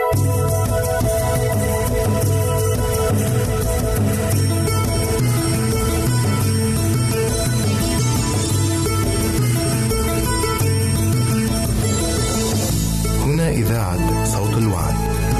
هنا إذاعة صوت الوعد.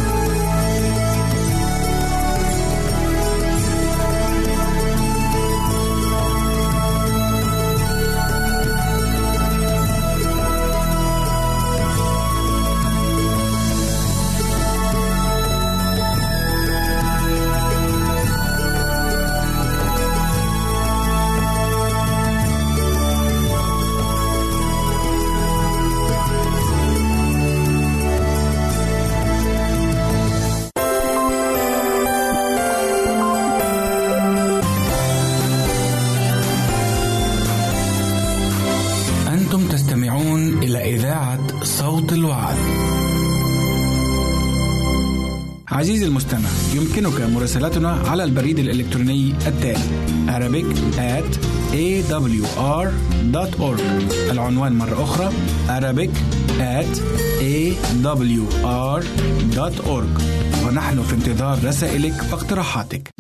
أنتم تستمعون إلى إذاعة صوت الوعد. عزيزي المستمع، يمكنك مراسلتنا على البريد الإلكتروني التالي arabic@awr.org. العنوان مرة أخرى arabic@awr.org، ونحن في انتظار رسائلك واقتراحاتك.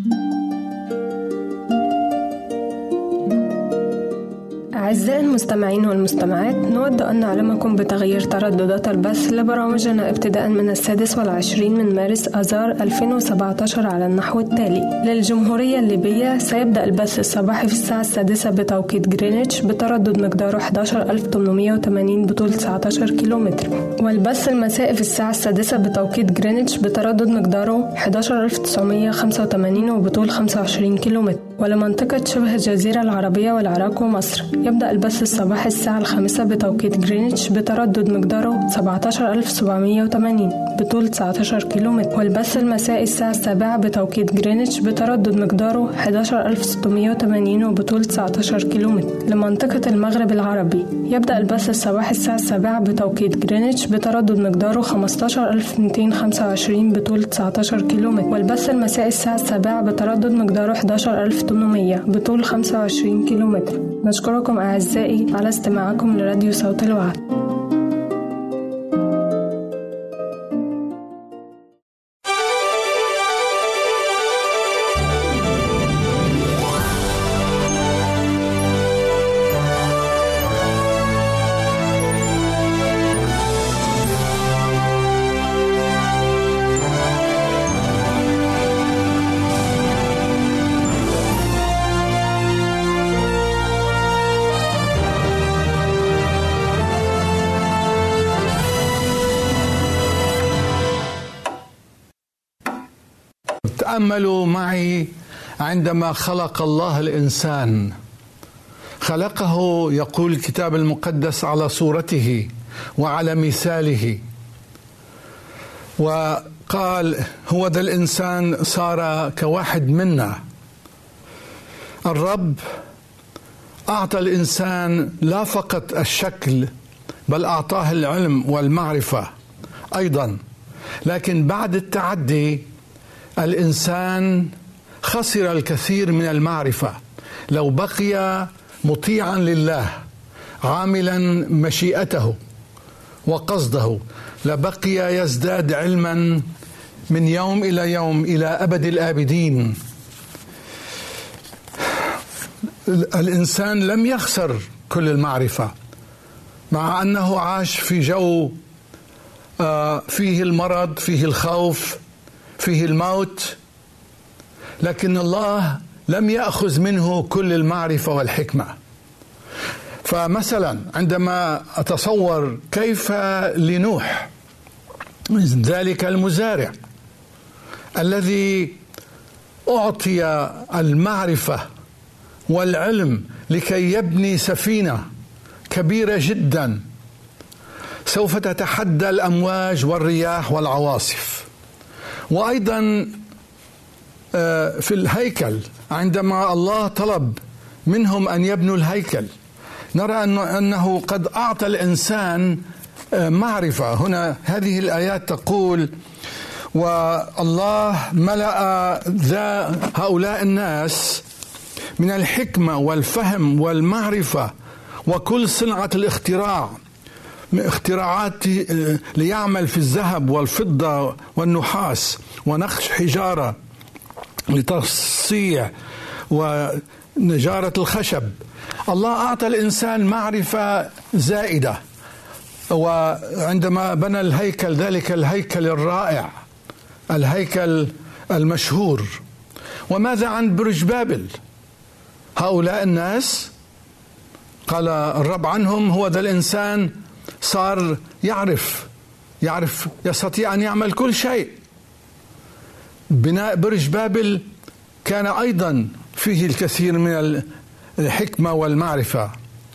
أعزائي المستمعين والمستمعات، نود أن نعلمكم بتغيير ترددات البث لبرامجنا ابتداء من 26 من مارس آذار 2017 على النحو التالي: للجمهورية الليبية سيبدأ البث الصباحي في الساعة 6 بتوقيت جرينتش بتردد مقداره 11880 بطول 19 كيلومتر، والبث المسائي في الساعة 6 بتوقيت جرينتش بتردد مقداره 11985 وبطول 25 كيلومتر. ولمنطقة شبه الجزيرة العربية والعراق ومصر يبدأ البث الصباحي الساعة 5 بتوقيت جرينتش بتردد مقداره 17780 بطول 19 كيلومتر، والبث المسائي الساعة 7 بتوقيت جرينتش بتردد مقداره 11680 وبطول 19 كيلومتر. لمنطقة المغرب العربي يبدأ البث الصباحي الساعة 7 بتوقيت جرينتش بتردد مقداره 15225 بطول 19 كيلومتر، والبث المسائي الساعة 7 بتردد مقداره 11800 بطول 25 كيلومتر. نشكركم أعزائي على استماعكم لراديو صوت الوعد. تأملوا معي عندما خلق الله الإنسان، خلقه يقول الكتاب المقدس على صورته وعلى مثاله، وقال هو ذا الإنسان صار كواحد منا. الرب أعطى الإنسان لا فقط الشكل بل أعطاه العلم والمعرفة أيضا، لكن بعد التعدي الإنسان خسر الكثير من المعرفة. لو بقي مطيعا لله عاملا مشيئته وقصده لبقي يزداد علما من يوم إلى يوم إلى أبد الآبدين. الإنسان لم يخسر كل المعرفة، مع أنه عاش في جو فيه المرض، فيه الخوف، فيه الموت، لكن الله لم يأخذ منه كل المعرفة والحكمة. فمثلا عندما أتصور كيف لنوح ذلك المزارع الذي أعطي المعرفة والعلم لكي يبني سفينة كبيرة جدا سوف تتحدى الأمواج والرياح والعواصف. وأيضا في الهيكل عندما الله طلب منهم أن يبنوا الهيكل نرى أنه قد أعطى الإنسان معرفة. هنا هذه الآيات تقول والله ملأ هؤلاء الناس من الحكمة والفهم والمعرفة وكل صنعة الاختراع، اختراعات ليعمل في الذهب والفضة والنحاس ونقش حجارة لتصنيع ونجارة الخشب. الله أعطى الإنسان معرفة زائدة، وعندما بنى الهيكل، ذلك الهيكل الرائع، الهيكل المشهور. وماذا عن برج بابل؟ هؤلاء الناس قال الرب عنهم: هو ذا الإنسان صار يعرف يستطيع أن يعمل كل شيء. بناء برج بابل كان أيضا فيه الكثير من الحكمة والمعرفة.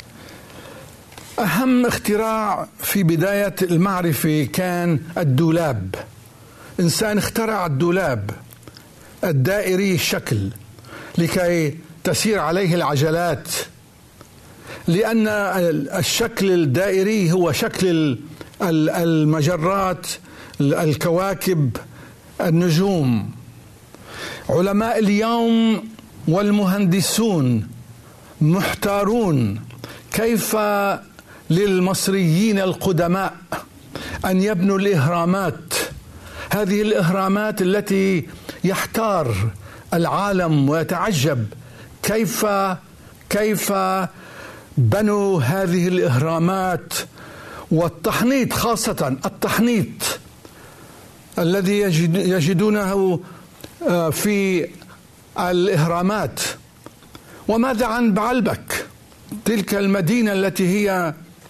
أهم اختراع في بداية المعرفة كان الدولاب. إنسان اخترع الدولاب الدائري الشكل لكي تسير عليه العجلات، لأن الشكل الدائري هو شكل المجرات، الكواكب، النجوم. علماء اليوم والمهندسون محتارون كيف للمصريين القدماء أن يبنوا الإهرامات، هذه الإهرامات التي يحتار العالم ويتعجب كيف بنوا هذه الإهرامات. والتحنيط، خاصة التحنيط الذي يجدونه في الإهرامات. وماذا عن بعلبك، تلك المدينة التي هي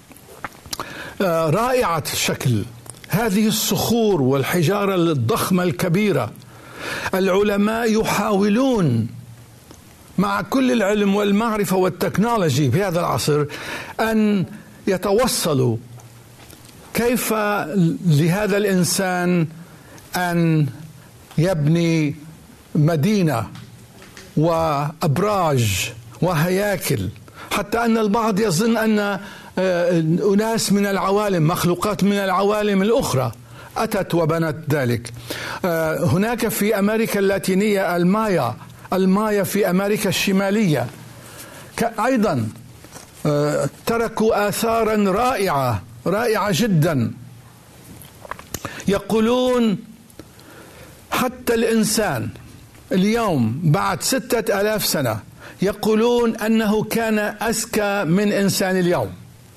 رائعة الشكل، هذه الصخور والحجارة الضخمة الكبيرة. العلماء يحاولون مع كل العلم والمعرفة والتكنولوجي في هذا العصر أن يتوصلوا كيف لهذا الإنسان أن يبني مدينة وأبراج وهياكل، حتى أن البعض يظن أن أناس من العوالم، مخلوقات من العوالم الأخرى أتت وبنت ذلك. هناك في أمريكا اللاتينية المايا في أمريكا الشمالية أيضا تركوا آثارا رائعة جدا. يقولون حتى الإنسان اليوم بعد 6000 سنة يقولون أنه كان أذكى من إنسان اليوم.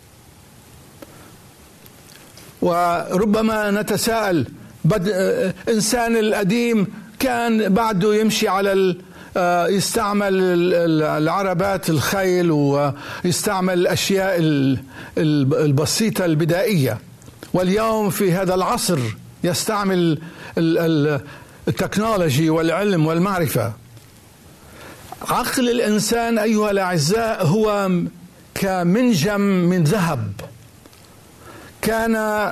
وربما نتساءل، إنسان القديم كان بعده يمشي على يستعمل العربات، الخيل، ويستعمل الأشياء البسيطة البدائية، واليوم في هذا العصر يستعمل التكنولوجي والعلم والمعرفة. عقل الإنسان أيها الأعزاء هو كمنجم من ذهب، كان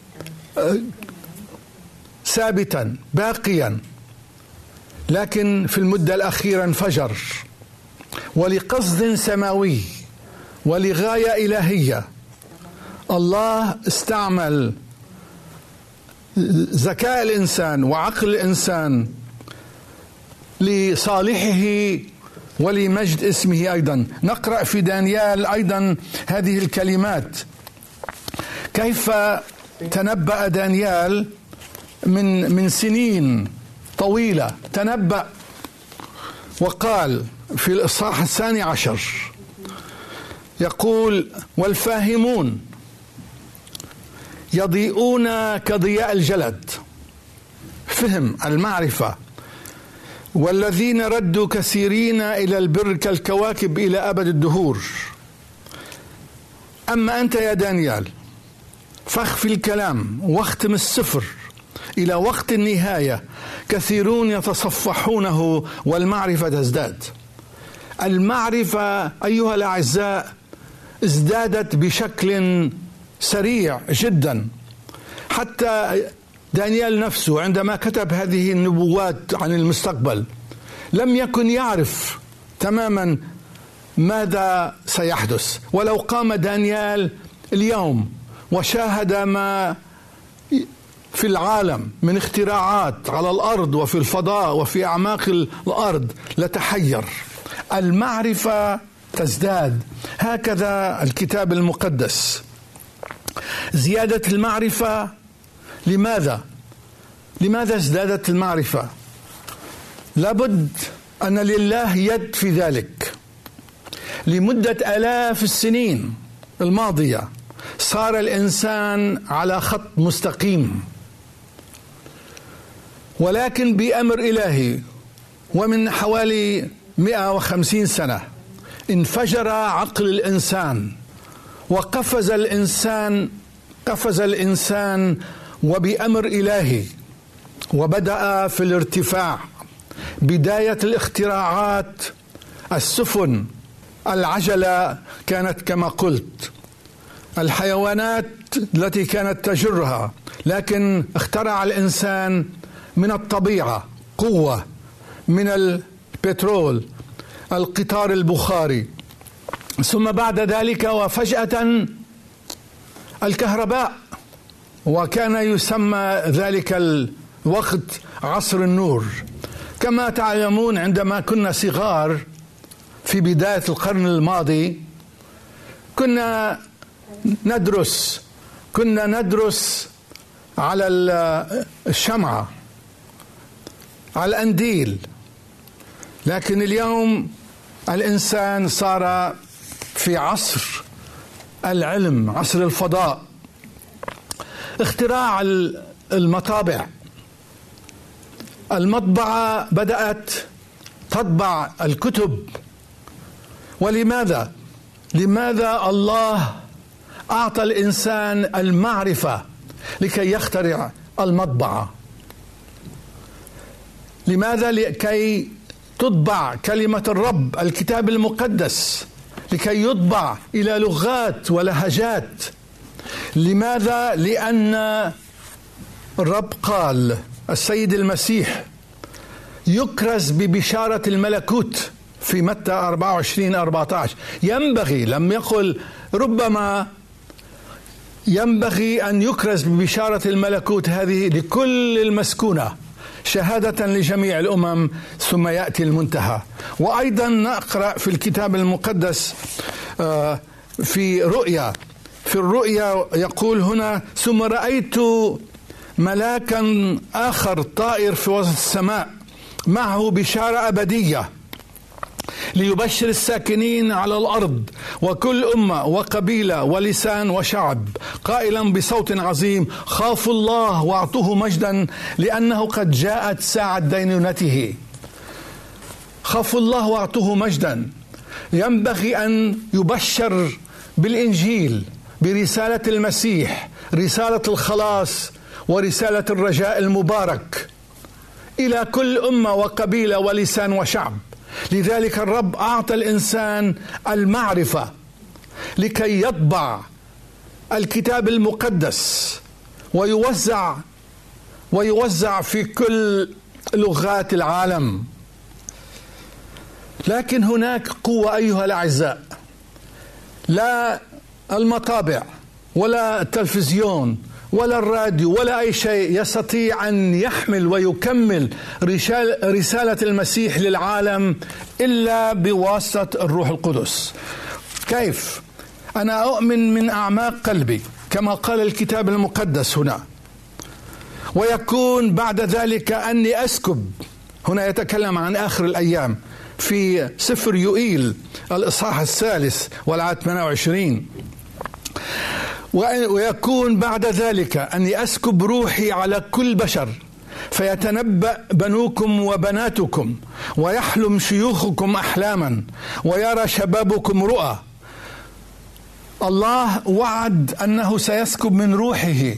ثابتا باقيا، لكن في المدة الأخيرة انفجر، ولقصد سماوي ولغاية إلهية. الله استعمل ذكاء الإنسان وعقل الإنسان لصالحه ولمجد اسمه أيضا. نقرأ في دانيال أيضا هذه الكلمات، كيف تنبأ دانيال من سنين طويلة، تنبأ وقال في الإصحاح 12 يقول: والفاهمون يضيئون كضياء الجلد، فهم المعرفة، والذين ردوا كثيرين إلى البر كالكواكب إلى أبد الدهور. أما أنت يا دانيال فاخفي الكلام واختم السفر إلى وقت النهاية، كثيرون يتصفحونه والمعرفة تزداد. المعرفة أيها الأعزاء ازدادت بشكل سريع جدا، حتى دانيال نفسه عندما كتب هذه النبوات عن المستقبل لم يكن يعرف تماما ماذا سيحدث. ولو قام دانيال اليوم وشاهد ما في العالم من اختراعات على الأرض وفي الفضاء وفي أعماق الأرض لتحير. المعرفة تزداد، هكذا الكتاب المقدس. زيادة المعرفة. لماذا ازدادت المعرفة؟ لابد أن لله يد في ذلك. لمدة آلاف السنين الماضية صار الإنسان على خط مستقيم، ولكن بأمر إلهي ومن حوالي 150 سنة انفجر عقل الإنسان وقفز الإنسان وبأمر إلهي وبدأ في الارتفاع. بداية الاختراعات السفن، العجلة كانت كما قلت، الحيوانات التي كانت تجرها، لكن اخترع الإنسان من الطبيعة قوة، من البترول، القطار البخاري، ثم بعد ذلك وفجأة الكهرباء، وكان يسمى ذلك الوقت عصر النور. كما تعلمون عندما كنا صغار في بداية القرن الماضي كنا ندرس على الشمعة، على الأنديل، لكن اليوم الإنسان صار في عصر العلم، عصر الفضاء. اختراع المطابع، المطبعة بدأت تطبع الكتب. ولماذا الله أعطى الإنسان المعرفة لكي يخترع المطبعة؟ لماذا؟ لكي تطبع كلمة الرب، الكتاب المقدس، لكي يطبع إلى لغات ولهجات. لماذا؟ لأن الرب قال، السيد المسيح يكرز ببشارة الملكوت في متى 24-14. ينبغي، لم يقل ربما، ينبغي أن يكرز ببشارة الملكوت هذه لكل المسكونة شهادة لجميع الأمم ثم يأتي المنتهى. وأيضا نقرأ في الكتاب المقدس في الرؤيا يقول هنا: ثم رأيت ملاكا آخر طائر في وسط السماء معه بشارة أبدية ليبشر الساكنين على الأرض وكل أمة وقبيلة ولسان وشعب، قائلا بصوت عظيم: خافوا الله واعطوه مجدا لأنه قد جاءت ساعة دينونته. خافوا الله واعطوه مجدا. ينبغي أن يبشر بالإنجيل، برسالة المسيح، رسالة الخلاص ورسالة الرجاء المبارك إلى كل أمة وقبيلة ولسان وشعب. لذلك الرب أعطى الإنسان المعرفة لكي يطبع الكتاب المقدس ويوزع في كل لغات العالم. لكن هناك قوة أيها الأعزاء، لا المطابع ولا التلفزيون ولا الراديو ولا أي شيء يستطيع أن يحمل ويكمل رسالة المسيح للعالم إلا بواسطة الروح القدس. كيف؟ أنا أؤمن من أعماق قلبي كما قال الكتاب المقدس هنا: ويكون بعد ذلك أني أسكب. هنا يتكلم عن آخر الأيام في سفر يوئيل الإصحاح 3 والعدد 28: ويكون بعد ذلك أني أسكب روحي على كل بشر، فيتنبأ بنوكم وبناتكم، ويحلم شيوخكم أحلاما، ويرى شبابكم رؤى. الله وعد أنه سيسكب من روحه،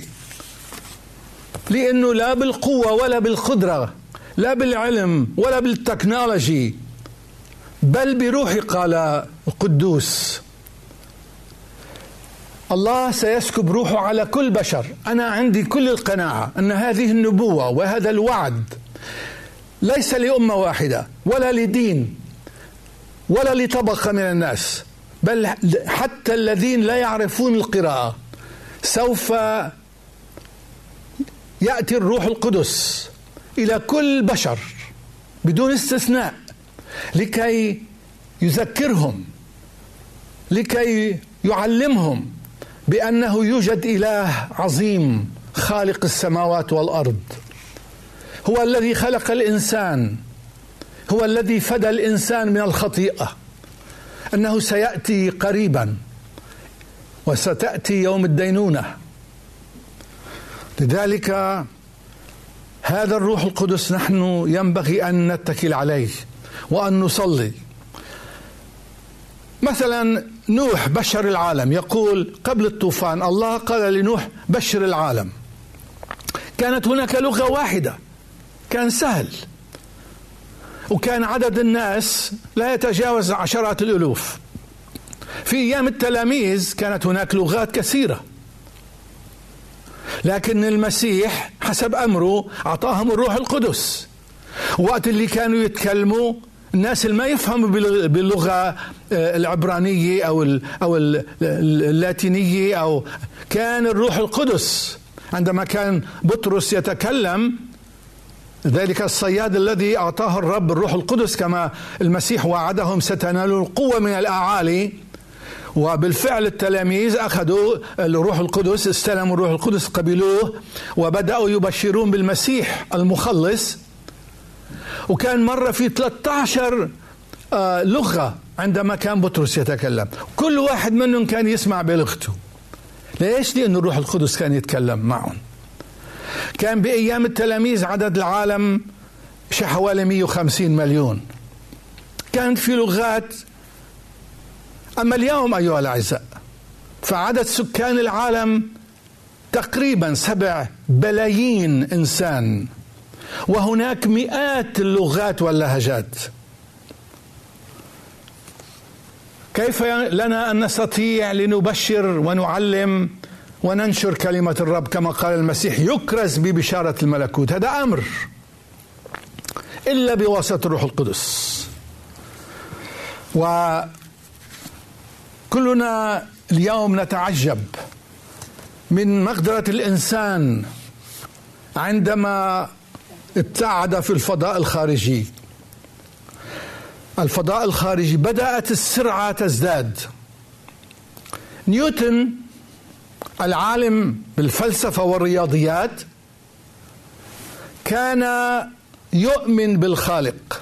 لأنه لا بالقوة ولا بالقدرة، لا بالعلم ولا بالتكنولوجي، بل بروحي، قال القدوس. الله سيسكب روحه على كل بشر. أنا عندي كل القناعة أن هذه النبوة وهذا الوعد ليس لأمة واحدة ولا لدين ولا لطبقة من الناس، بل حتى الذين لا يعرفون القراءة سوف يأتي الروح القدس إلى كل بشر بدون استثناء لكي يذكرهم، لكي يعلمهم بأنه يوجد إله عظيم خالق السماوات والأرض، هو الذي خلق الإنسان، هو الذي فدى الإنسان من الخطيئة، أنه سيأتي قريبا وستأتي يوم الدينونة. لذلك هذا الروح القدس نحن ينبغي أن نتكل عليه وأن نصلي. مثلا نوح بشر العالم، يقول قبل الطوفان الله قال لنوح بشر العالم. كانت هناك لغة واحدة، كان سهل، وكان عدد الناس لا يتجاوز عشرات الألوف. في أيام التلاميذ كانت هناك لغات كثيرة، لكن المسيح حسب أمره أعطاهم الروح القدس. وقت اللي كانوا يتكلموا الناس اللي ما يفهموا باللغة العبرانية أو اللاتينية، أو كان الروح القدس عندما كان بطرس يتكلم، ذلك الصياد الذي أعطاه الرب الروح القدس كما المسيح وعدهم ستنالون القوة من الأعالي. وبالفعل التلاميذ أخذوا الروح القدس، استلموا الروح القدس، قبلوه وبدأوا يبشرون بالمسيح المخلص. وكان مرة في 13 لغة عندما كان بطرس يتكلم، كل واحد منهم كان يسمع بلغته. ليش؟ لأن الروح القدس كان يتكلم معهم. كان بأيام التلاميذ عدد العالم حوالي 150 مليون، كانت في لغات. أما اليوم أيها الأعزاء فعدد سكان العالم تقريبا 7 بلايين إنسان، وهناك مئات اللغات واللهجات. كيف لنا أن نستطيع لنبشر ونعلم وننشر كلمة الرب كما قال المسيح يكرز ببشارة الملكوت؟ هذا أمر إلا بواسطة الروح القدس. وكلنا اليوم نتعجب من مقدرة الإنسان عندما ابتعد في الفضاء الخارجي. الفضاء الخارجي بدأت السرعة تزداد. نيوتن العالم بالفلسفة والرياضيات كان يؤمن بالخالق،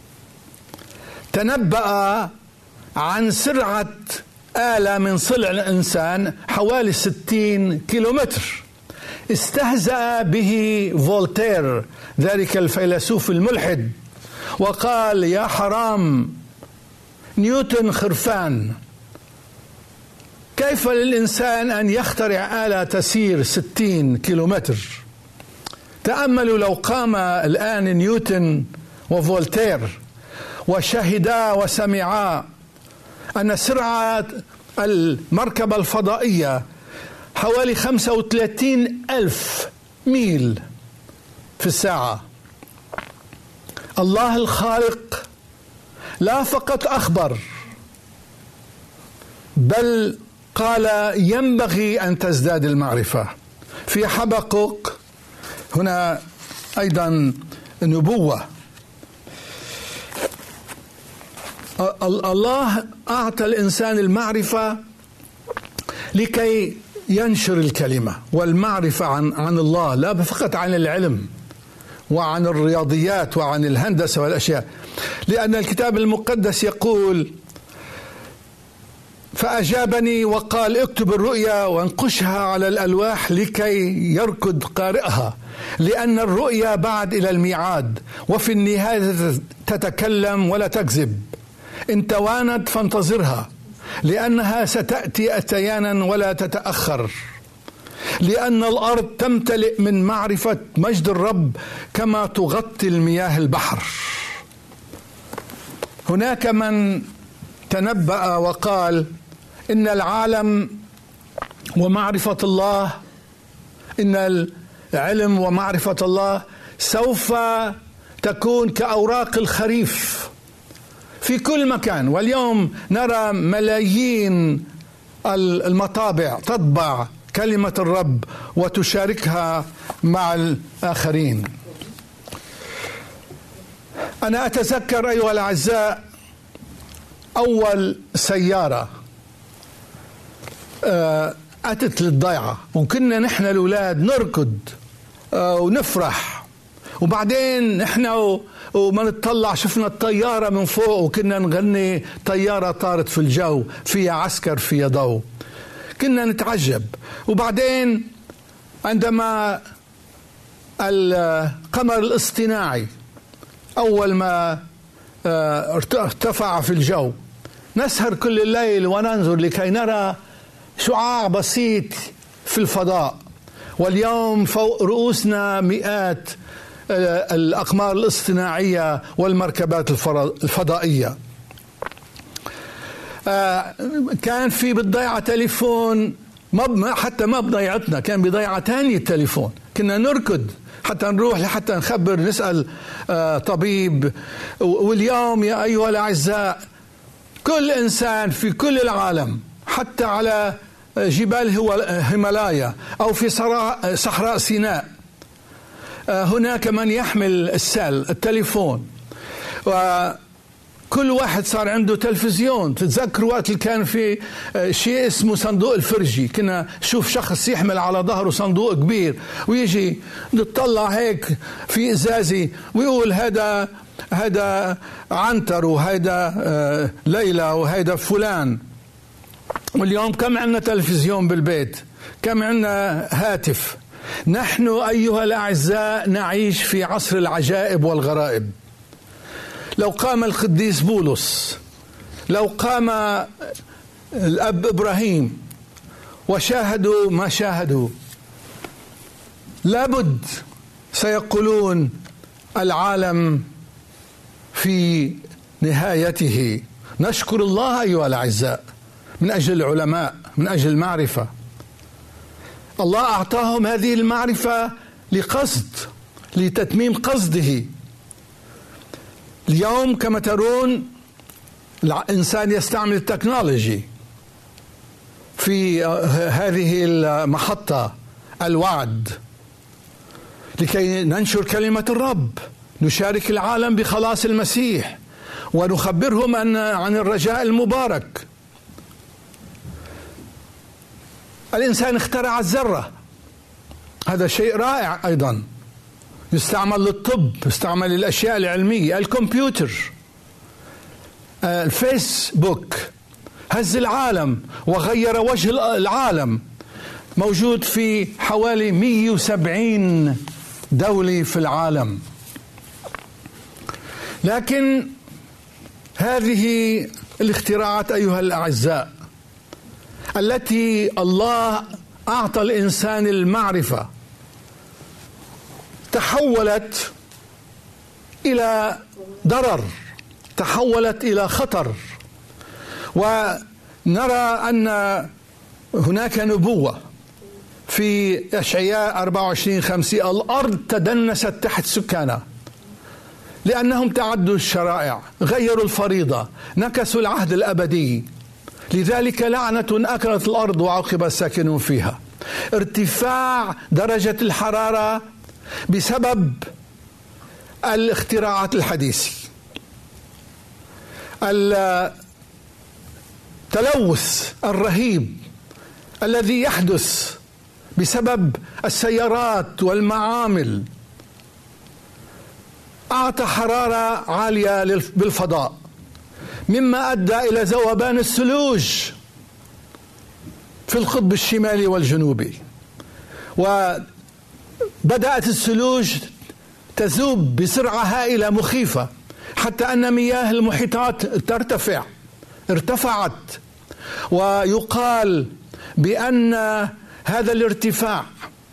تنبأ عن سرعة آلة من صنع الإنسان حوالي 60 كيلومتر. استهزأ به فولتير ذلك الفيلسوف الملحد وقال يا حرام نيوتن خرفان، كيف للإنسان أن يخترع آلة تسير 60 كيلومتر؟ تأملوا لو قام الآن نيوتن وفولتير وشهدا وسمعا أن سرعة المركبة الفضائية حوالي 35,000 ميل في الساعة. الله الخالق لا فقط أخبر بل قال ينبغي أن تزداد المعرفة. في حبقوق هنا أيضا نبوة. الله أعطى الإنسان المعرفة لكي ينشر الكلمة والمعرفة عن الله، لا فقط عن العلم وعن الرياضيات وعن الهندسة والأشياء، لأن الكتاب المقدس يقول فأجابني وقال اكتب الرؤيا وانقشها على الألواح لكي يركض قارئها، لأن الرؤيا بعد إلى الميعاد وفي النهاية تتكلم ولا تكذب. إن توانت فانتظرها لأنها ستأتي أتيانا ولا تتأخر، لأن الأرض تمتلئ من معرفة مجد الرب كما تغطي المياه البحر. هناك من تنبأ وقال إن العالم ومعرفة الله، إن العلم ومعرفة الله سوف تكون كأوراق الخريف في كل مكان. واليوم نرى ملايين المطابع تطبع كلمة الرب وتشاركها مع الآخرين. أنا أتذكر أيها الأعزاء أول سيارة أتت للضيعة، وكنا نحن الأولاد نركض ونفرح، وبعدين نحن وما نتطلع شفنا الطيارة من فوق وكنا نغني طيارة طارت في الجو فيها عسكر فيها ضوء، كنا نتعجب. وبعدين عندما القمر الاصطناعي أول ما ارتفع في الجو نسهر كل الليل وننظر لكي نرى شعاع بسيط في الفضاء، واليوم فوق رؤوسنا مئات الأقمار الاصطناعية والمركبات الفضائية. كان في بالضيعة تليفون، حتى ما بضيعتنا، كان بضيعة تاني التليفون، كنا نركض حتى نروح لحتى نخبر نسأل طبيب. واليوم يا أيها الأعزاء كل إنسان في كل العالم حتى على جبال هيمالايا أو في صحراء سيناء هناك من يحمل التليفون، وكل واحد صار عنده تلفزيون. تتذكر وقت اللي كان في شيء اسمه صندوق الفرجي، كنا شوف شخص يحمل على ظهره صندوق كبير ويجي نطلع هيك في إزازي ويقول هذا عنتر وهذا ليلى وهذا فلان. واليوم كم عندنا تلفزيون بالبيت، كم عندنا هاتف. نحن أيها الأعزاء نعيش في عصر العجائب والغرائب. لو قام القديس بولس، لو قام الأب إبراهيم وشاهدوا ما شاهدوا، لابد سيقولون العالم في نهايته. نشكر الله أيها الأعزاء من أجل العلماء، من أجل المعرفة. الله أعطاهم هذه المعرفة لقصد، لتتميم قصده. اليوم كما ترون الإنسان يستعمل التكنولوجي في هذه المحطة الوعد لكي ننشر كلمة الرب، نشارك العالم بخلاص المسيح ونخبرهم عن الرجاء المبارك. الإنسان اخترع الذرة، هذا شيء رائع أيضا، يستعمل للطب، يستعمل للأشياء العلمية. الكمبيوتر، الفيسبوك هز العالم وغير وجه العالم، موجود في حوالي 170 دولة في العالم. لكن هذه الاختراعات أيها الأعزاء التي الله أعطى الإنسان المعرفة تحولت إلى ضرر، تحولت إلى خطر. ونرى أن هناك نبوة في إشعياء 24:5: الأرض تدنست تحت سكانها لأنهم تعدوا الشرائع، غيروا الفريضة، نكسوا العهد الأبدي، لذلك لعنة أكلت الأرض وعوقب الساكنون فيها. ارتفاع درجة الحرارة بسبب الاختراعات الحديثة، التلوث الرهيب الذي يحدث بسبب السيارات والمعامل أعطى حرارة عالية بالفضاء، مما أدى إلى ذوبان الثلوج في القطب الشمالي والجنوبي، وبدأت الثلوج تذوب بسرعة هائلة مخيفة، حتى أن مياه المحيطات ارتفعت. ويقال بأن هذا الارتفاع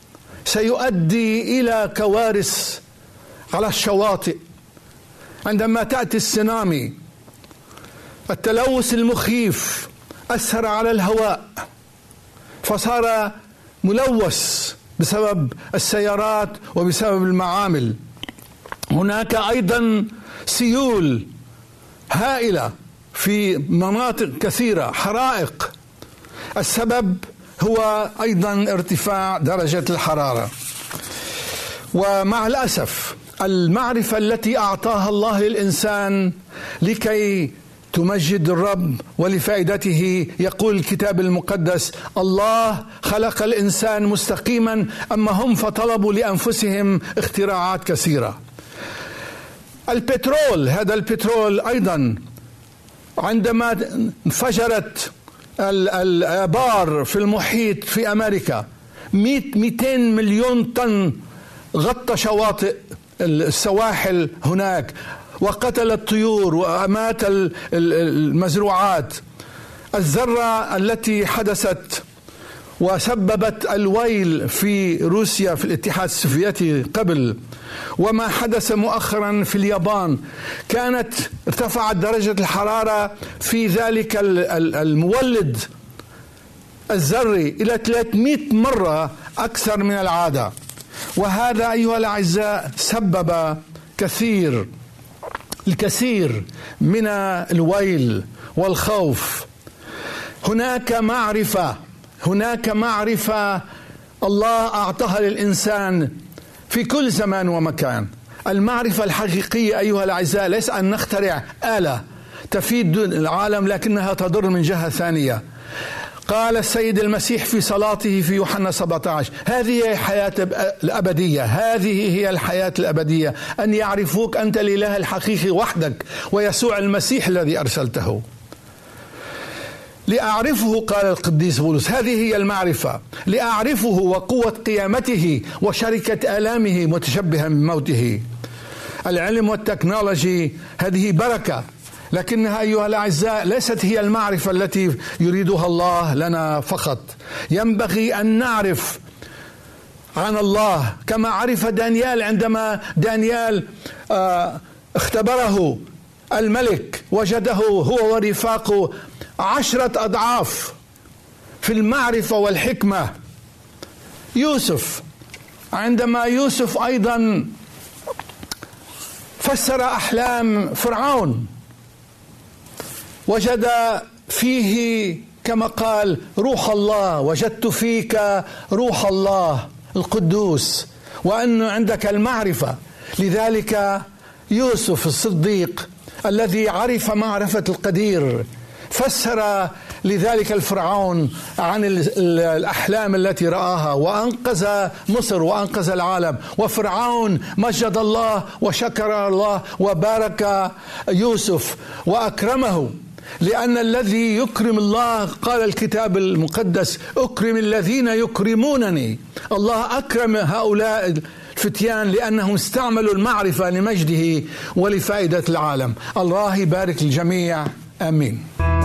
سيؤدي إلى كوارث على الشواطئ عندما تأتي السونامي. التلوث المخيف أثر على الهواء فصار ملوث بسبب السيارات وبسبب المعامل. هناك أيضا سيول هائلة في مناطق كثيرة، حرائق، السبب هو أيضا ارتفاع درجة الحرارة. ومع الأسف المعرفة التي أعطاها الله للإنسان لكي تمجد الرب ولفائدته. يقول الكتاب المقدس: الله خلق الإنسان مستقيما، أما هم فطلبوا لأنفسهم اختراعات كثيرة. البترول، هذا البترول أيضا عندما انفجرت الآبار في المحيط في أمريكا 200 مليون طن غطى شواطئ السواحل هناك، وقتل الطيور وأمات المزروعات. الذرة التي حدثت وسببت الويل في روسيا في الاتحاد السوفيتي قبل، وما حدث مؤخرا في اليابان، كانت ارتفعت درجة الحرارة في ذلك المولد الذري إلى 300 مرة أكثر من العادة. وهذا أيها الأعزاء سبب الكثير من الويل والخوف. هناك معرفة الله أعطاها للإنسان في كل زمان ومكان. المعرفة الحقيقية أيها الأعزاء ليس أن نخترع آلة تفيد العالم لكنها تضر من جهة ثانية. قال السيد المسيح في صلاته في يوحنا 17: هذه هي الحياة الأبدية، هذه هي الحياة الأبدية، أن يعرفوك أنت الإله الحقيقي وحدك ويسوع المسيح الذي أرسلته. لأعرفه، قال القديس بولس، هذه هي المعرفة، لأعرفه وقوة قيامته وشركة آلامه متشبها من موته. العلم والتكنولوجي هذه بركة، لكنها أيها الأعزاء ليست هي المعرفة التي يريدها الله لنا فقط. ينبغي أن نعرف عن الله كما عرف دانيال، عندما دانيال اختبره الملك وجده هو ورفاقه 10 أضعاف في المعرفة والحكمة. يوسف، عندما يوسف أيضا فسر أحلام فرعون، وجد فيه كما قال روح الله، وجدت فيك روح الله القدوس، وأن عندك المعرفة. لذلك يوسف الصديق الذي عرف معرفة القدير فسر لذلك الفرعون عن الأحلام التي رآها، وأنقذ مصر وأنقذ العالم. وفرعون مجد الله وشكر الله وبارك يوسف وأكرمه، لأن الذي يكرم الله، قال الكتاب المقدس: أكرم الذين يكرمونني. الله أكرم هؤلاء الفتيان لأنهم استعملوا المعرفة لمجده ولفائدة العالم. الله يبارك الجميع، آمين.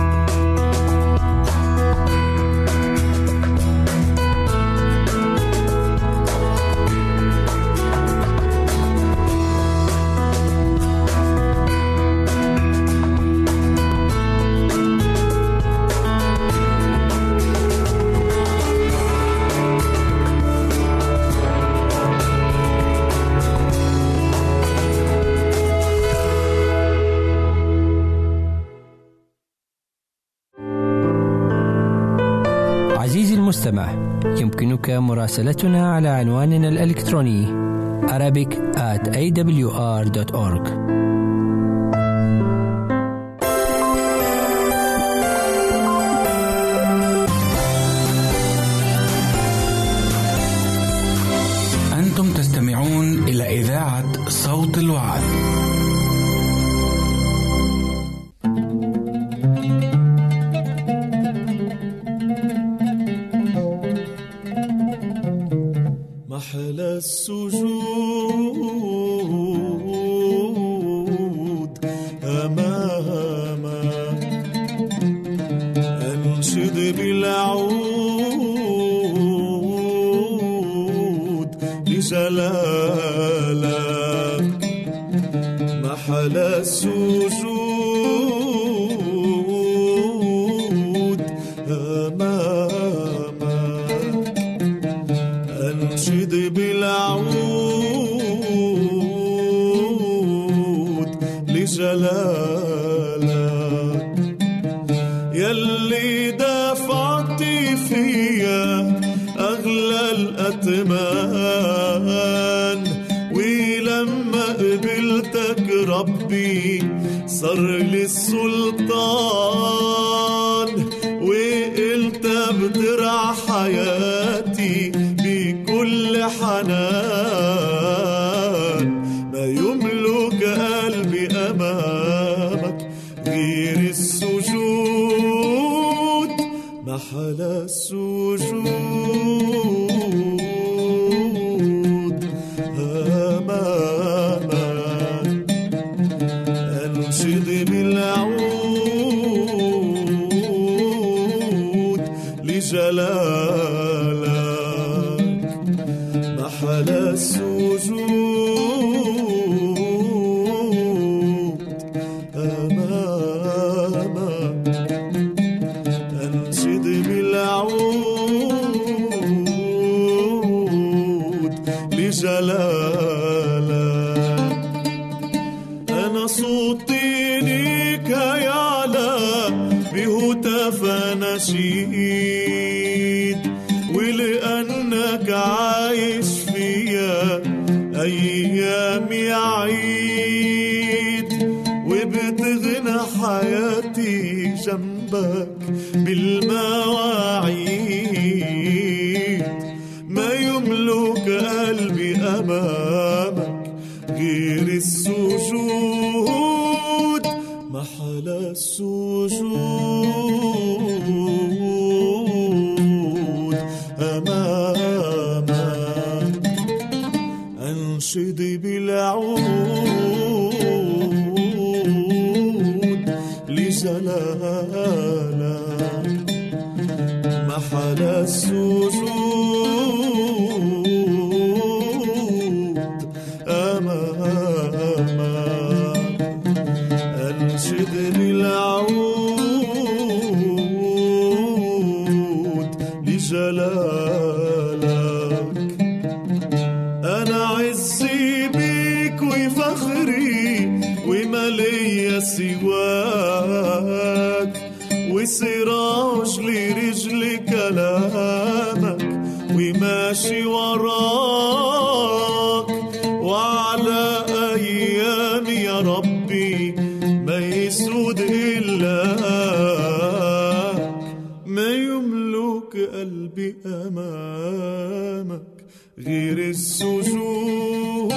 يمكنك مراسلتنا على عنواننا الإلكتروني arabic@awr.org. أنتم تستمعون إلى إذاعة صوت الوعد. محلى السجود أمامك، أنشد بالعود لجلالك. محلى السجود أمامك، أنشد بالعود لجلالك. يلي دفعت فيا أغلى الأثمان، ولم ولما قبلتك ربي صار لي السلطان، وقلت بترعى حياتي بكل حنان. ما يملك قلبي أمامك غير السجود، محل السجود أمامك. أنشد بالعود لجلالك، محل السجود أمامك. أنشد بالعود لجلالك. أنا صوتي ليك يعلى بهتاف نشيد، ولأنك عايش فيا أيامي عيد، وبتغنى حياتي جنبك بالمواعيد. ما يملك قلبي أمامك غير السجود، محل السجود أمامك. أنشد بالعود لجلالك، محل السجود أمامك. أنشد بالعود لجلالك. أنا عزي بيك وفخري وما ليا سواك، وسراج لرجل كلامك وماشي وراك. وعلى أيامي يا ربي ما يسود إلاك، ما يملك قلبي أمامك غير السجود.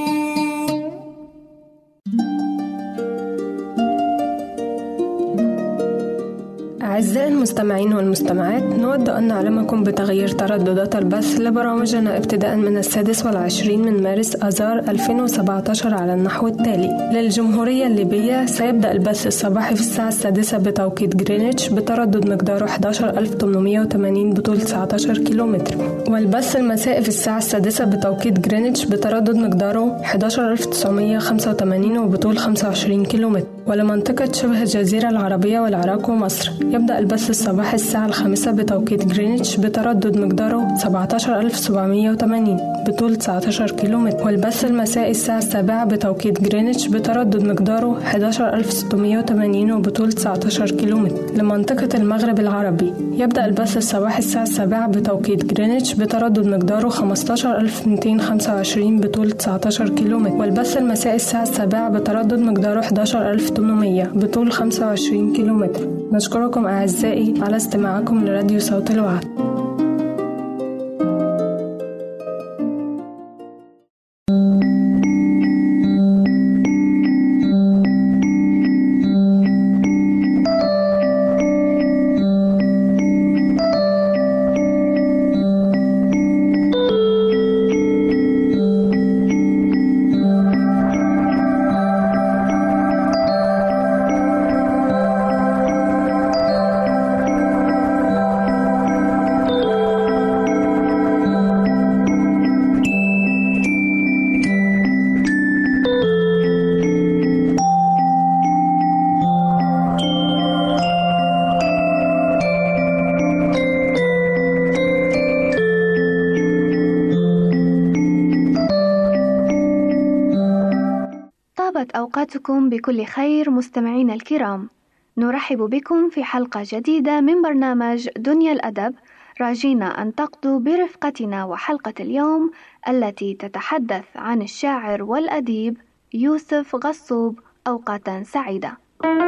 أعزائي المستمعين والمستمعات، نود أن نعلمكم بتغيير ترددات البث لبرامجنا ابتداء من 26 من مارس آذار 2017 على النحو التالي: للجمهورية الليبية سيبدأ البث الصباحي في الساعة 6 بتوقيت جرينتش بتردد مقداره 11880 بطول 19 كيلومتر، والبث المسائي في الساعة 6 بتوقيت جرينتش بتردد مقداره 11985 وبطول 25 كيلومتر. ولمنطقة شبه الجزيرة العربية والعراق ومصر يبدأ البث الصباحي الساعة 5 بتوقيت جرينتش بتردد مقداره 17780 بطول 19 كيلومتر، والبث المسائي الساعة 7 بتوقيت جرينتش بتردد مقداره 11680 وبطول 19 كيلومتر. لمنطقة المغرب العربي يبدأ البث الصباحي الساعة 7 بتوقيت جرينتش بتردد مقداره 15225 بطول 19 كيلومتر، والبث المسائي الساعة 7 بتردد مقداره 11800 بطول 25 كيلومتر. نشكركم أعزائي على استماعكم لراديو صوت الوعد. أوقاتكم بكل خير مستمعين الكرام، نرحب بكم في حلقة جديدة من برنامج دنيا الأدب راجينا أن تقضوا برفقتنا وحلقة اليوم التي تتحدث عن الشاعر والأديب يوسف غصوب. أوقاتا سعيدة.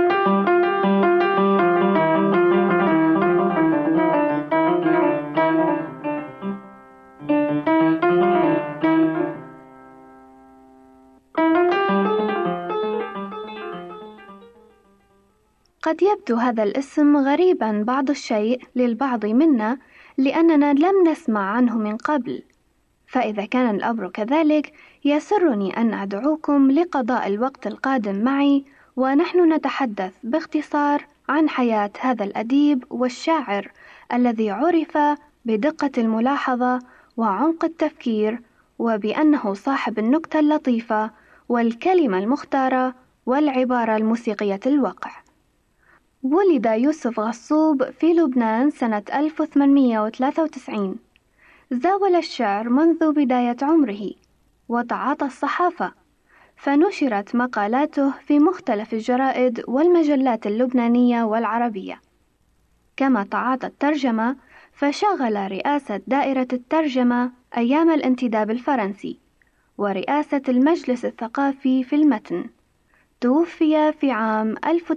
قد يبدو هذا الاسم غريبا بعض الشيء للبعض منا لأننا لم نسمع عنه من قبل، فإذا كان الأمر كذلك يسرني أن أدعوكم لقضاء الوقت القادم معي ونحن نتحدث باختصار عن حياة هذا الأديب والشاعر الذي عرف بدقة الملاحظة وعمق التفكير، وبأنه صاحب النكتة اللطيفة والكلمة المختارة والعبارة الموسيقية الوقع. ولد يوسف غصوب في لبنان سنة 1893. زاول الشعر منذ بداية عمره، وتعاطى الصحافة، فنشرت مقالاته في مختلف الجرائد والمجلات اللبنانية والعربية. كما تعاطى الترجمة، فشغل رئاسة دائرة الترجمة أيام الانتداب الفرنسي، ورئاسة المجلس الثقافي في المتن. توفي في عام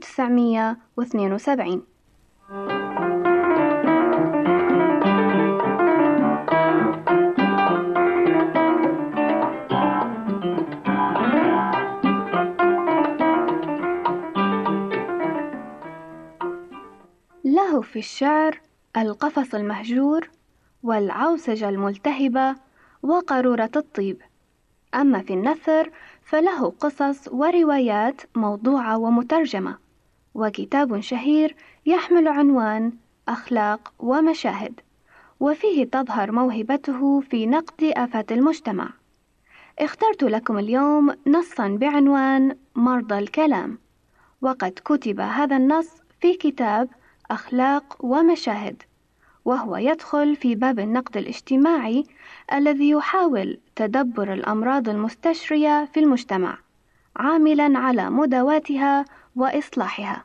1972. له في الشعر القفص المهجور والعوسجة الملتهبة وقارورة الطيب. أما في النثر فله قصص وروايات موضوعة ومترجمة، وكتاب شهير يحمل عنوان أخلاق ومشاهد، وفيه تظهر موهبته في نقد آفات المجتمع. اخترت لكم اليوم نصا بعنوان مرضى الكلام، وقد كتب هذا النص في كتاب أخلاق ومشاهد، وهو يدخل في باب النقد الاجتماعي الذي يحاول تدبر الأمراض المستشرية في المجتمع، عاملا على مداواتها وإصلاحها.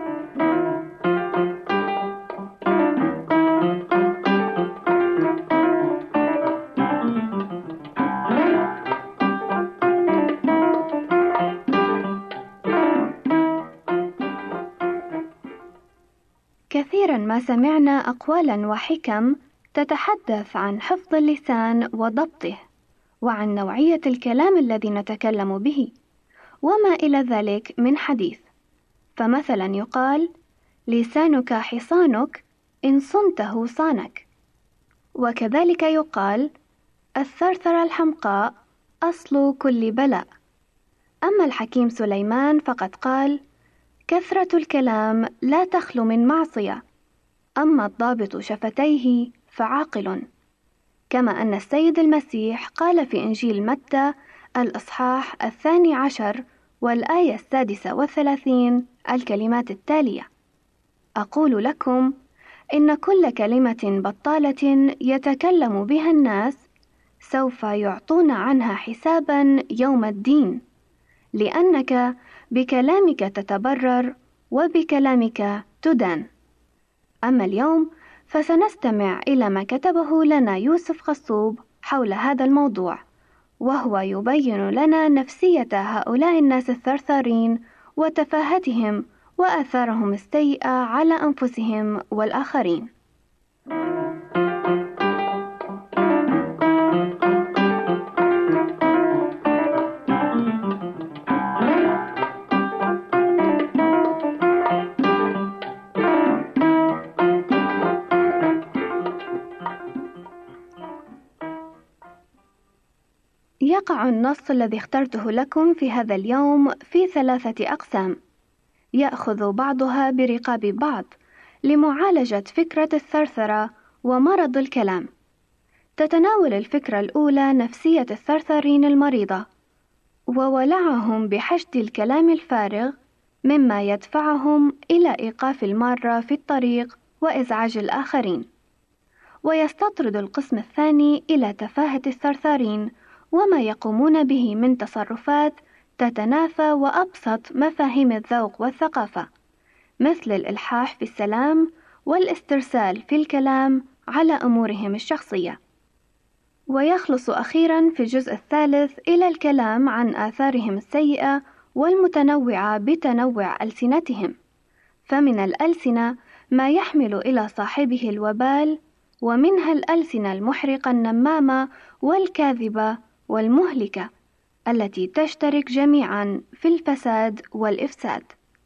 كثيرا ما سمعنا أقوالا وحكم تتحدث عن حفظ اللسان وضبطه، وعن نوعية الكلام الذي نتكلم به، وما إلى ذلك من حديث. فمثلا يقال: لسانك حصانك إن صنته صانك. وكذلك يقال: الثرثرة الحمقاء أصل كل بلاء. أما الحكيم سليمان فقد قال: كثرة الكلام لا تخلو من معصية، أما الضابط شفتيه فعاقل. كما أن السيد المسيح قال في إنجيل متى الإصحاح 12 والآية 36 الكلمات التالية: أقول لكم إن كل كلمة بطالة يتكلم بها الناس سوف يعطون عنها حسابا يوم الدين، لأنك بكلامك تتبرر وبكلامك تدان. أما اليوم فسنستمع إلى ما كتبه لنا يوسف غصوب حول هذا الموضوع، وهو يبين لنا نفسية هؤلاء الناس الثرثارين وتفاهتهم وآثارهم السيئة على أنفسهم والآخرين. يقع النص الذي اخترته لكم في هذا اليوم في 3 أقسام، يأخذ بعضها برقاب بعض لمعالجة فكرة الثرثرة ومرض الكلام. تتناول الفكرة الأولى نفسية الثرثارين المريضة، وولعهم بحشد الكلام الفارغ مما يدفعهم إلى إيقاف المارة في الطريق وإزعاج الآخرين. ويستطرد القسم الثاني إلى تفاهة الثرثارين وما يقومون به من تصرفات تتنافى وأبسط مفاهيم الذوق والثقافة، مثل الإلحاح في السلام والاسترسال في الكلام على أمورهم الشخصية. ويخلص أخيرا في الجزء الثالث إلى الكلام عن آثارهم السيئة والمتنوعة بتنوع ألسنتهم، فمن الألسنة ما يحمل إلى صاحبه الوبال، ومنها الألسنة المحرقة النمامة والكاذبة والمهلكة التي تشترك جميعا في الفساد والإفساد.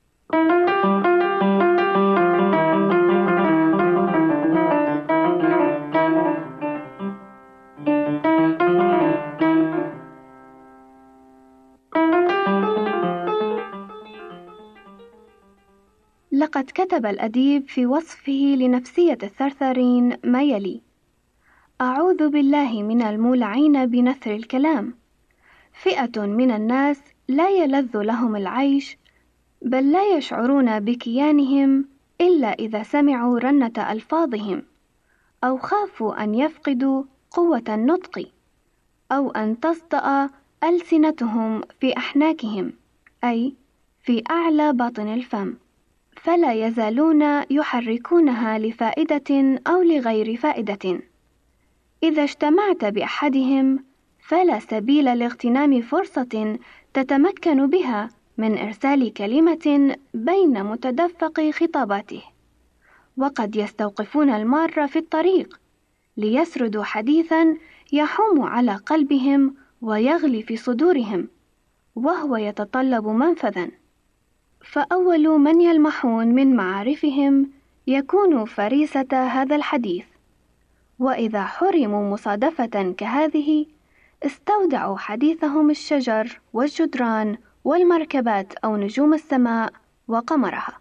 لقد كتب الأديب في وصفه لنفسية الثرثارين ما يلي: أعوذ بالله من المولعين بنثر الكلام، فئة من الناس لا يلذ لهم العيش، بل لا يشعرون بكيانهم إلا إذا سمعوا رنة ألفاظهم، أو خافوا أن يفقدوا قوة النطق، أو أن تصدأ ألسنتهم في أحناكهم، أي في أعلى باطن الفم، فلا يزالون يحركونها لفائدة أو لغير فائدة. إذا اجتمعت بأحدهم فلا سبيل لاغتنام فرصة تتمكن بها من إرسال كلمة بين متدفق خطاباته، وقد يستوقفون المار في الطريق ليسردوا حديثا يحوم على قلبهم ويغلي في صدورهم، وهو يتطلب منفذا. فأول من يلمحون من معارفهم يكون فريسة هذا الحديث، وإذا حرموا مصادفة كهذه استودعوا حديثهم الشجر والجدران والمركبات أو نجوم السماء وقمرها.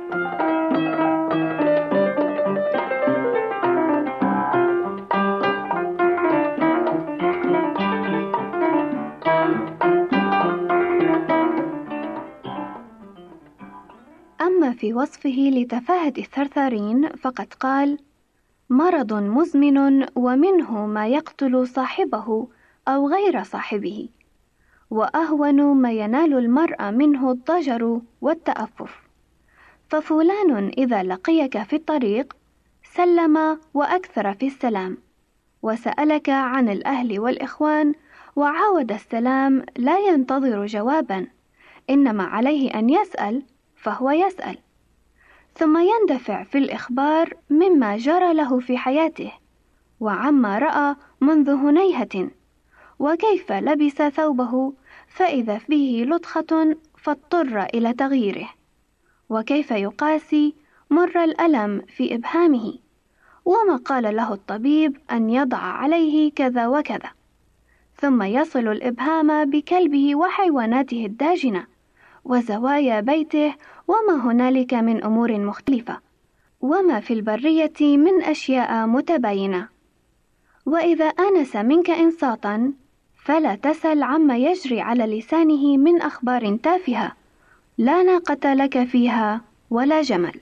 أما في وصفه لتفاهة الثرثارين فقد قال: مرض مزمن ومنه ما يقتل صاحبه أو غير صاحبه، وأهون ما ينال المرء منه الضجر والتأفف، ففلان إذا لقيك في الطريق سلم وأكثر في السلام، وسألك عن الأهل والإخوان وعاود السلام لا ينتظر جوابا، إنما عليه أن يسأل، فهو يسأل، ثم يندفع في الإخبار مما جرى له في حياته وعما رأى منذ هنيهة، وكيف لبس ثوبه فإذا فيه لطخة فاضطر إلى تغييره، وكيف يقاسي مر الألم في إبهامه، وما قال له الطبيب أن يضع عليه كذا وكذا، ثم يصل الإبهام بكلبه وحيواناته الداجنة وزوايا بيته وما هنالك من أمور مختلفة، وما في البرية من أشياء متباينة. وإذا آنس منك إنصاتا فلا تسل عما يجري على لسانه من أخبار تافهة لا ناقة لك فيها ولا جمل.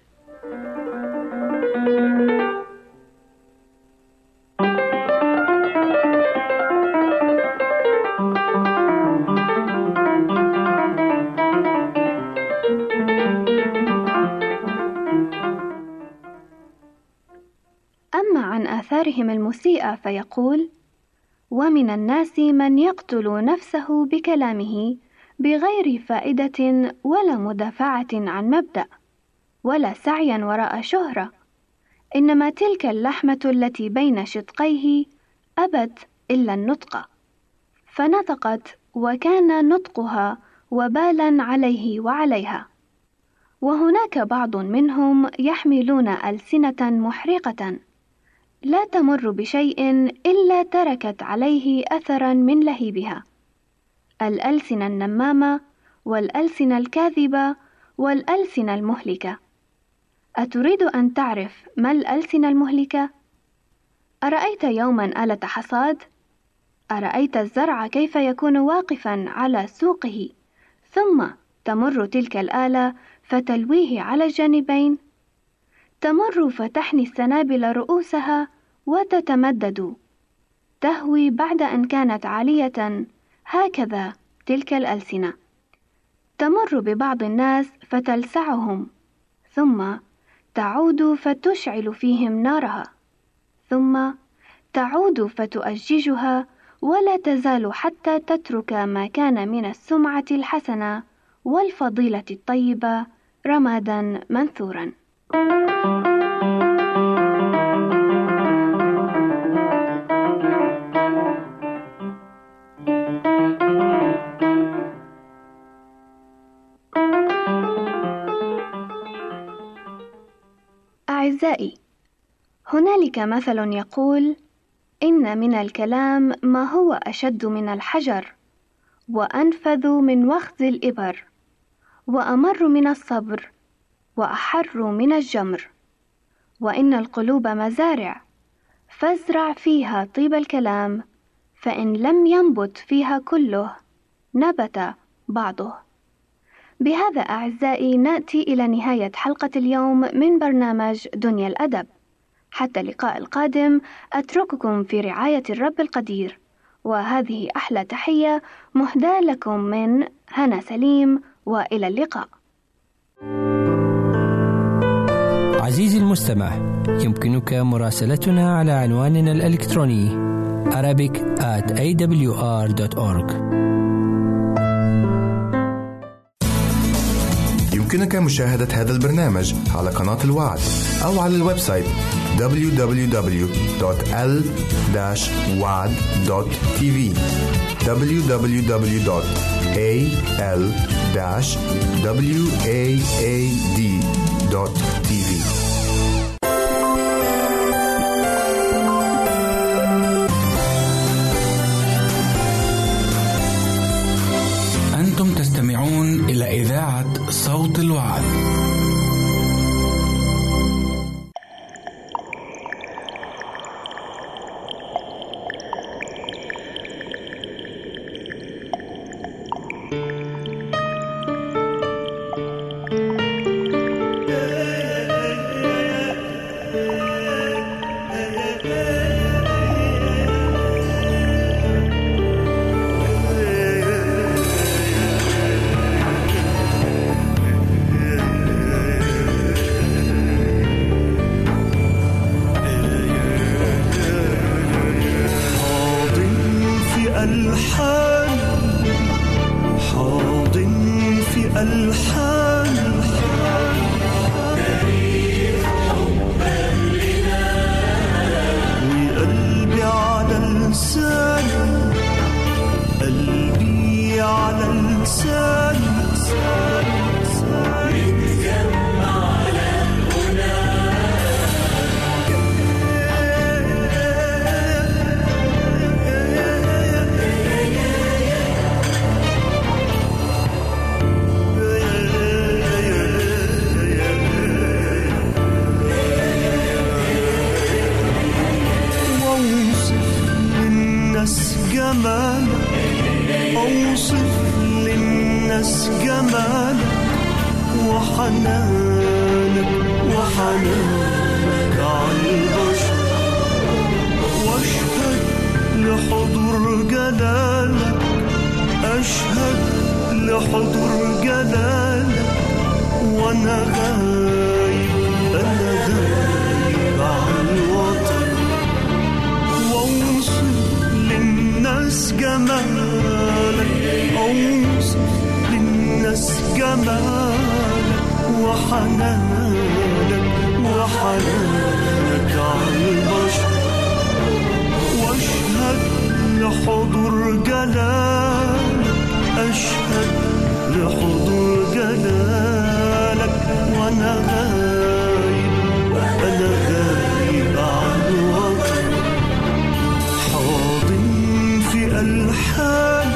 أما عن آثارهم المسيئة فيقول: ومن الناس من يقتل نفسه بكلامه بغير فائدة ولا مدافعة عن مبدأ ولا سعيا وراء شهرة، إنما تلك اللحمة التي بين شدقيه أبت إلا النطق، فنطقت وكان نطقها وبالا عليه وعليها. وهناك بعض منهم يحملون ألسنة محرقة لا تمر بشيء إلا تركت عليه أثرا من لهيبها، الألسنة النمامة والألسنة الكاذبة والألسنة المهلكة. أتريد أن تعرف ما الألسنة المهلكة؟ أرأيت يوما آلة حصاد؟ أرأيت الزرع كيف يكون واقفا على سوقه ثم تمر تلك الآلة فتلويه على الجانبين؟ تمر فتحني السنابل رؤوسها وتتمدد، تهوي بعد أن كانت عالية، هكذا تلك الألسنة. تمر ببعض الناس فتلسعهم، ثم تعود فتشعل فيهم نارها، ثم تعود فتؤججها ولا تزال حتى تترك ما كان من السمعة الحسنة والفضيلة الطيبة رمادا منثورا. أعزائي، هنالك مثل يقول: إن من الكلام ما هو أشد من الحجر، وأنفذ من وخز الإبر، وأمر من الصبر، وأحر من الجمر. وإن القلوب مزارع، فازرع فيها طيب الكلام، فإن لم ينبت فيها كله نبت بعضه. بهذا أعزائي نأتي إلى نهاية حلقة اليوم من برنامج دنيا الأدب. حتى اللقاء القادم أترككم في رعاية الرب القدير، وهذه أحلى تحية مهداة لكم من هنا سليم، وإلى اللقاء. عزيزي المستمع، يمكنك مراسلتنا على عنواننا الإلكتروني arabic@awr.org. يمكنك مشاهدة هذا البرنامج على قناة الوعد أو على الويب سايت www.al-wad.tv www.al-waad.tv. أنتم تستمعون إلى إذاعة صوت الوعد. أوصف للناس جمالك وحنانك على البشر، واشهد لحضور جلالك، أشهد لحضور جلالك، وأنا غايب عن الوطن، وأوصف للناس جمالك، أوصف للناس جمالك وحنانك على البشر، واشهد لحضور جلالك، أشهد لحضور جلالك، وأنا غايب عن الوطن، حاضن في ألحان،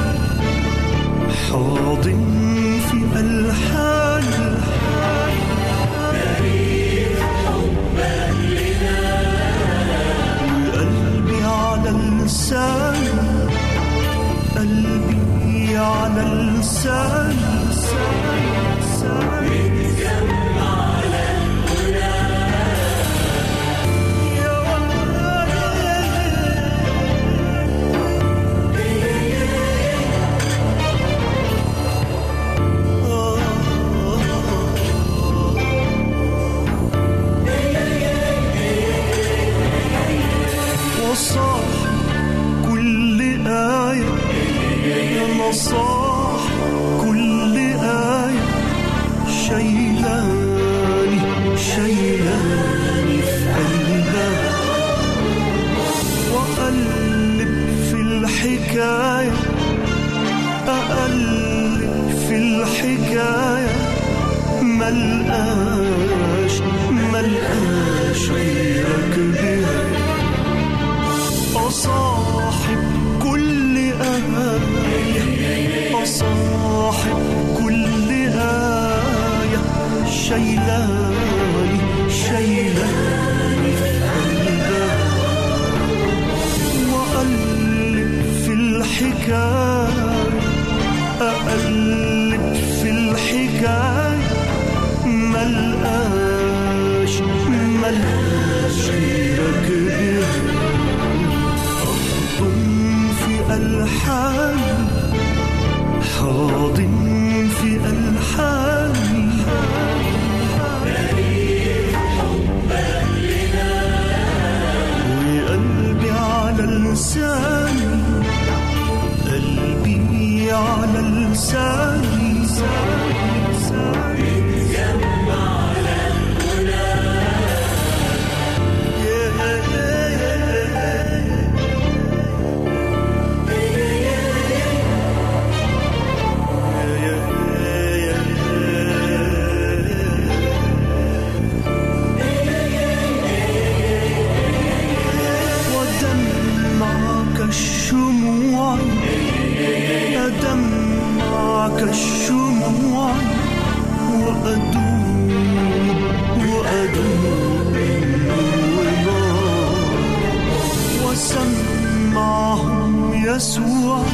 حاضن في ألحان، بريء حبا لنا، وقلبي على اللسان، قلبي على اللسان، نتجمع على الهنا، يا ملقاش غيرك بها. أصاحب كل آية، أصاحب كل آية شيلاني في قلبها. وأقلب في الحكاية، أقلب في الحكاية ملقاش غيرك بها. أحضن في ألحاني، حاضن في ألحاني وقلبي على لساني، قلبي على لساني الشموع وأدوب النار وأسمعهم يسوع،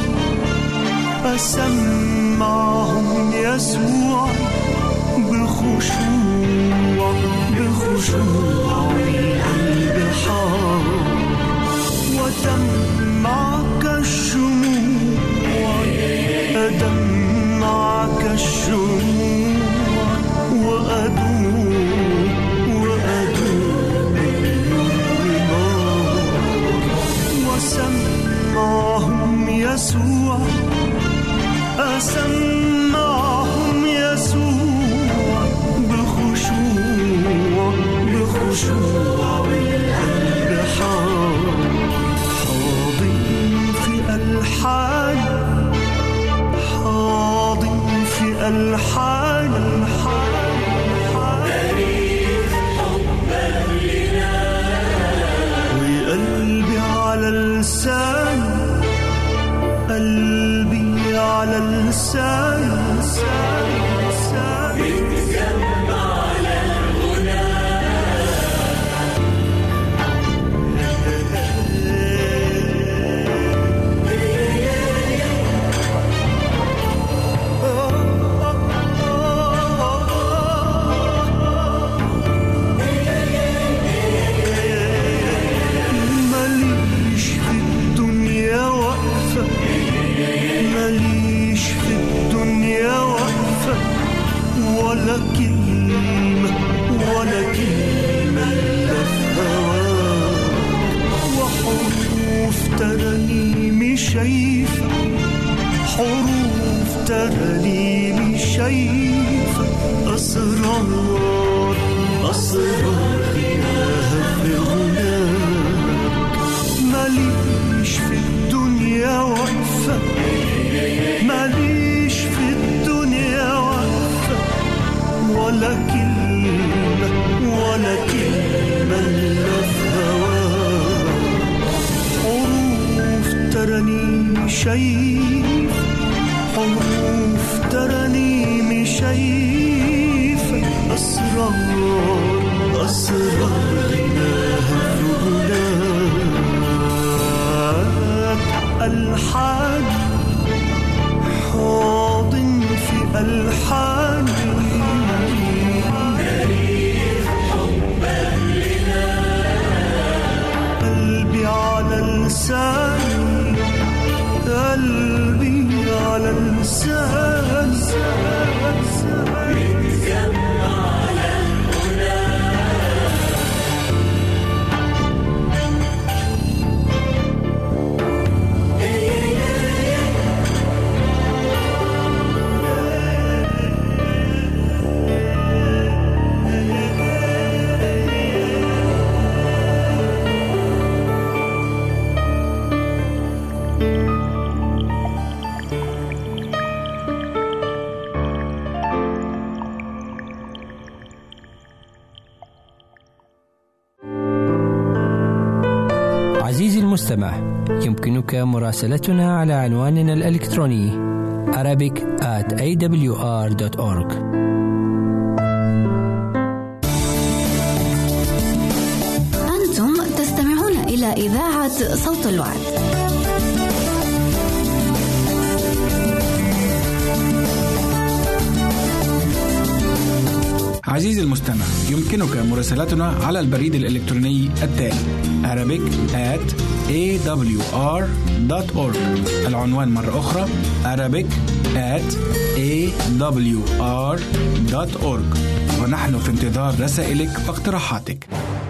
أسمعهم يسوع بخشوع القلب حار. ودمعك الشموع، أدمعك الشموع وأدوب النار. وأسمعهم يسوع، أسمعهم يسوع بخشوع القلب حار. حاضن في ألحاني، حاضن في ألحاني تاريخ حبك لنا. وقلبي على لساني، قلبي على لساني بتجمع على الغنى. ماليش في الدنيا وقفة، ماليش في الدنيا وقفة، ولا كلمة إلا في هواك. وحروف ترانيمي شايفة، حروف ترانيمي شايفة أسرار غناها في غناك. ماليش في الدنيا وقفة، ماليش في الدنيا وقفة، ولا كلمة إلا في هواك. حروف ترانيمي شايفة، حروف ترانيمي شايفة أسرار غناها في غناك. ألحاني، حاضن في ألحاني تاريخ حبك لنا. قلبي على لساني، قلبي على لساني بتجمع على الغنى. المستمع، يمكنك مراسلتنا على عنواننا الإلكتروني arabic@awr.org. أنتم تستمعون إلى إذاعة صوت الوعد. عزيزي المستمع، يمكنك مراسلتنا على البريد الإلكتروني التالي arabic@awr.org. العنوان مرة أخرى arabic@awr.org، ونحن في انتظار رسائلك واقتراحاتك.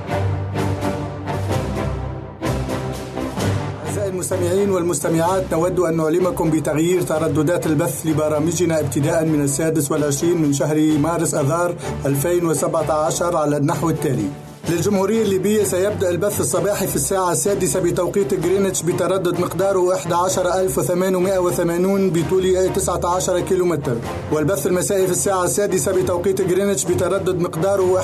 المستمعين والمستمعات، نود أن نعلمكم بتغيير ترددات البث لبرامجنا ابتداء من 26 من شهر مارس أذار 2017 على النحو التالي: للجمهورية الليبية سيبدأ البث الصباحي في الساعة 6 بتوقيت غرينتش بتردد مقداره 11880 بطول 19 كيلومتر، والبث المسائي في الساعة 6 بتوقيت غرينتش بتردد مقداره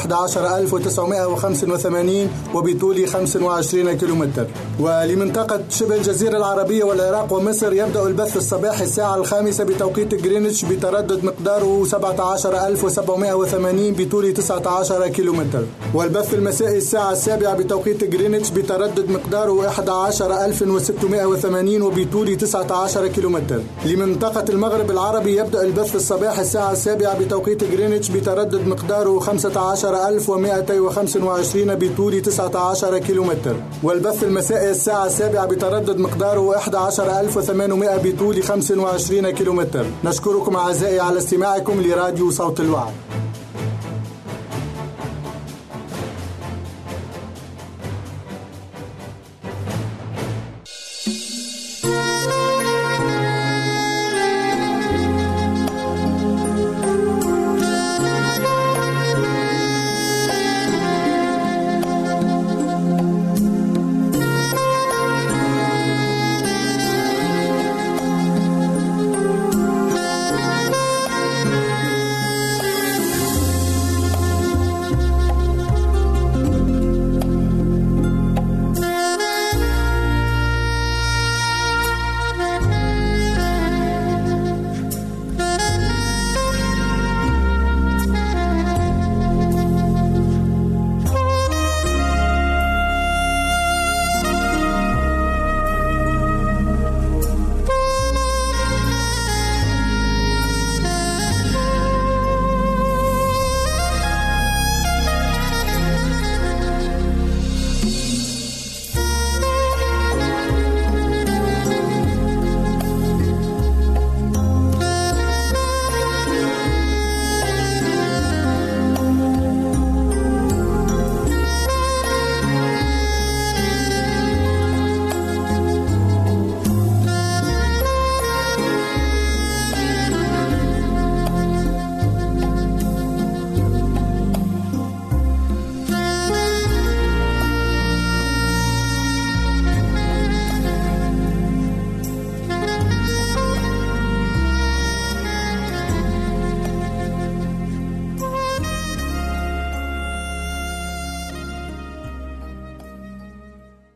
11985 وبطول 25 كيلومتر. ولمنطقة شبه الجزيرة العربية والعراق ومصر يبدأ البث الصباحي الساعة 5 بتوقيت غرينتش بتردد مقداره 17780 بطول 19 كيلومتر، والبث المسائي الساعة 7 بتوقيت غرينتش بتردد مقداره 11680 وبطول 19 كيلومتر. لمنطقة المغرب العربي يبدأ البث الصباحي الساعة 7 بتوقيت غرينتش بتردد مقداره 15225 بطول 19 كيلومتر، والبث المسائي الساعة 7 بتردد مقداره 11800 بطول 25 كيلومتر. نشكركم أعزائي على استماعكم لراديو صوت الوعد.